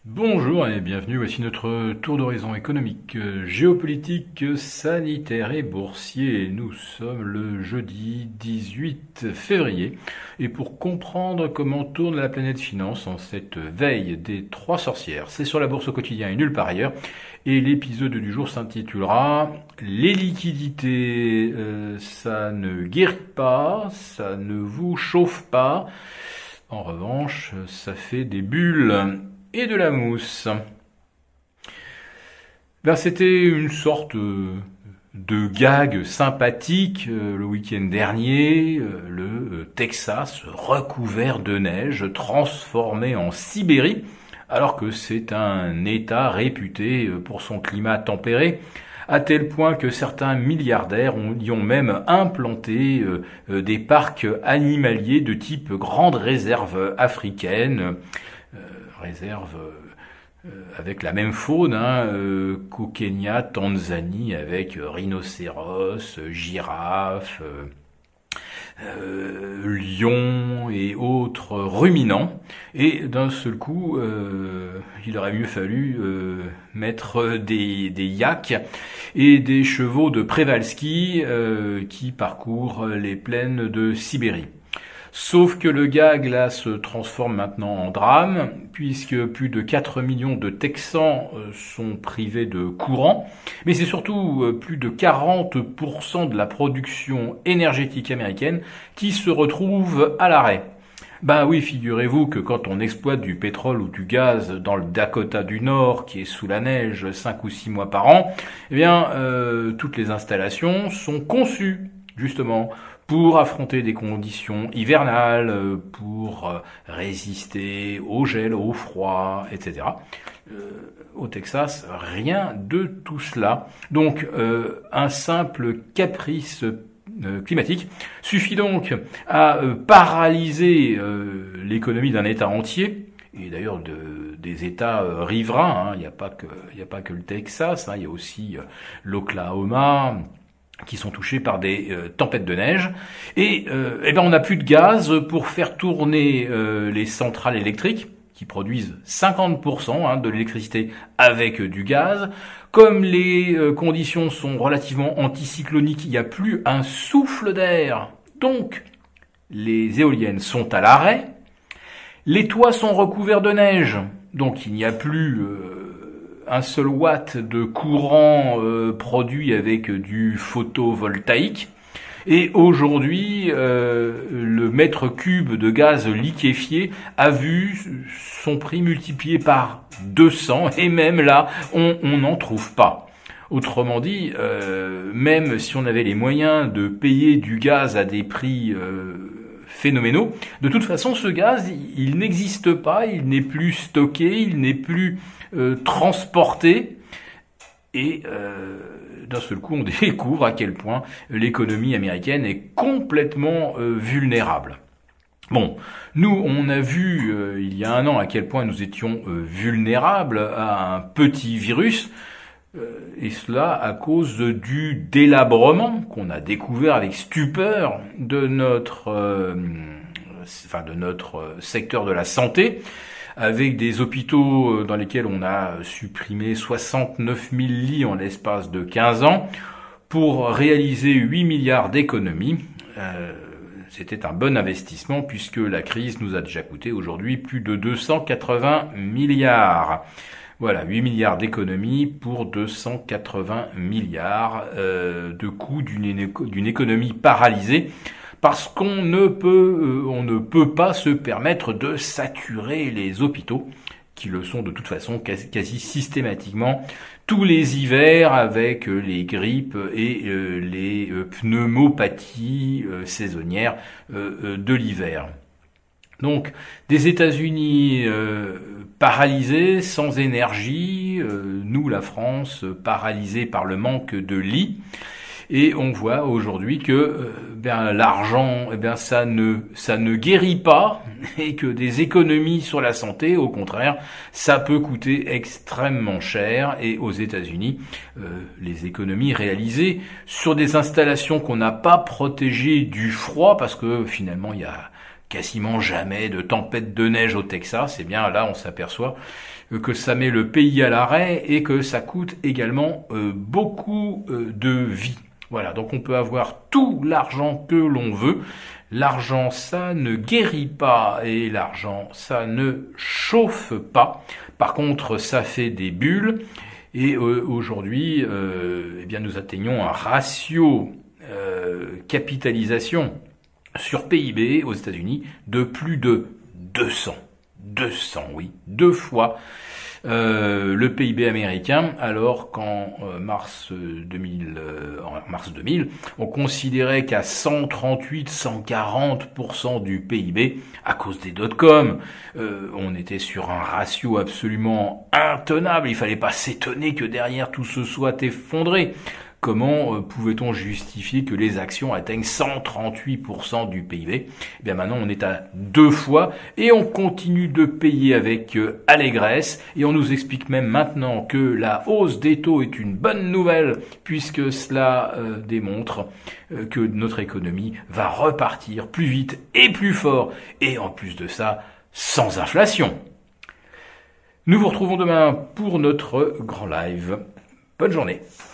Bonjour et bienvenue, voici notre tour d'horizon économique, géopolitique, sanitaire et boursier. Nous sommes le jeudi 18 février et pour comprendre comment tourne la planète finance en cette veille des trois sorcières, c'est sur la bourse au quotidien et nulle part ailleurs. Et l'épisode du jour s'intitulera Les liquidités, ça ne guérit pas, ça ne vous chauffe pas. En revanche, ça fait des bulles et de la mousse. C'était une sorte de gag sympathique le week-end dernier. Le Texas recouvert de neige, transformé en Sibérie, alors que c'est un État réputé pour son climat tempéré, à tel point que certains milliardaires y ont même implanté des parcs animaliers de type grande réserve africaine, réserve avec la même faune qu'au Kenya, Tanzanie, avec rhinocéros, girafes, lions et autres ruminants. Et d'un seul coup, il aurait mieux fallu mettre des yaks et des chevaux de Przewalski qui parcourent les plaines de Sibérie. Sauf que le gag, là, se transforme maintenant en drame, puisque plus de 4 millions de Texans sont privés de courant, mais c'est surtout plus de 40% de la production énergétique américaine qui se retrouve à l'arrêt. Oui, figurez-vous que quand on exploite du pétrole ou du gaz dans le Dakota du Nord, qui est sous la neige 5 ou 6 mois par an, toutes les installations sont conçues, justement, pour affronter des conditions hivernales, pour résister au gel, au froid, etc. Au Texas, rien de tout cela. Donc, un simple caprice climatique suffit donc à paralyser l'économie d'un État entier, et d'ailleurs des États riverains. Il n'y a pas que le Texas, il y a aussi l'Oklahoma, qui sont touchés par des tempêtes de neige, et on n'a plus de gaz pour faire tourner les centrales électriques qui produisent 50% de l'électricité avec du gaz. Comme les conditions sont relativement anticycloniques, il n'y a plus un souffle d'air, donc les éoliennes sont à l'arrêt. Les toits sont recouverts de neige, donc il n'y a plus un seul watt de courant produit avec du photovoltaïque. Et aujourd'hui, le mètre cube de gaz liquéfié a vu son prix multiplié par 200, et même là, on n'en trouve pas. Autrement dit, même si on avait les moyens de payer du gaz à des prix phénoménaux, de toute façon, ce gaz, il n'existe pas, il n'est plus stocké, il n'est plus transporté, et d'un seul coup on découvre à quel point l'économie américaine est complètement vulnérable. Bon, nous on a vu il y a un an à quel point nous étions vulnérables à un petit virus, et cela à cause du délabrement qu'on a découvert avec stupeur de notre secteur de la santé, avec des hôpitaux dans lesquels on a supprimé 69 000 lits en l'espace de 15 ans pour réaliser 8 milliards d'économies. C'était un bon investissement puisque la crise nous a déjà coûté aujourd'hui plus de 280 milliards. Voilà, 8 milliards d'économies pour 280 milliards de coûts d'une économie paralysée, parce qu'on ne peut pas se permettre de saturer les hôpitaux, qui le sont de toute façon quasi systématiquement tous les hivers, avec les grippes et les pneumopathies saisonnières de l'hiver. Donc, des États-Unis paralysés, sans énergie, nous, la France, paralysés par le manque de lits. Et on voit aujourd'hui que l'argent, ça ne guérit pas, et que des économies sur la santé, au contraire, ça peut coûter extrêmement cher. Et aux États-Unis, les économies réalisées sur des installations qu'on n'a pas protégées du froid, parce que finalement il y a quasiment jamais de tempête de neige au Texas, eh bien là on s'aperçoit que ça met le pays à l'arrêt et que ça coûte également beaucoup de vie. Voilà, donc on peut avoir tout l'argent que l'on veut. L'argent, ça ne guérit pas et l'argent, ça ne chauffe pas. Par contre, ça fait des bulles. Et aujourd'hui, eh bien, nous atteignons un ratio capitalisation sur PIB aux États-Unis de plus de 200, oui, 2 fois le PIB américain, alors qu'en mars 2000, on considérait qu'à 138-140% du PIB, à cause des dot-com, on était sur un ratio absolument intenable. Il fallait pas s'étonner que derrière tout se soit effondré. Comment pouvait-on justifier que les actions atteignent 138% du PIB ? Eh bien maintenant on est à 2 fois et on continue de payer avec allégresse et on nous explique même maintenant que la hausse des taux est une bonne nouvelle puisque cela démontre que notre économie va repartir plus vite et plus fort et en plus de ça sans inflation. Nous vous retrouvons demain pour notre grand live. Bonne journée.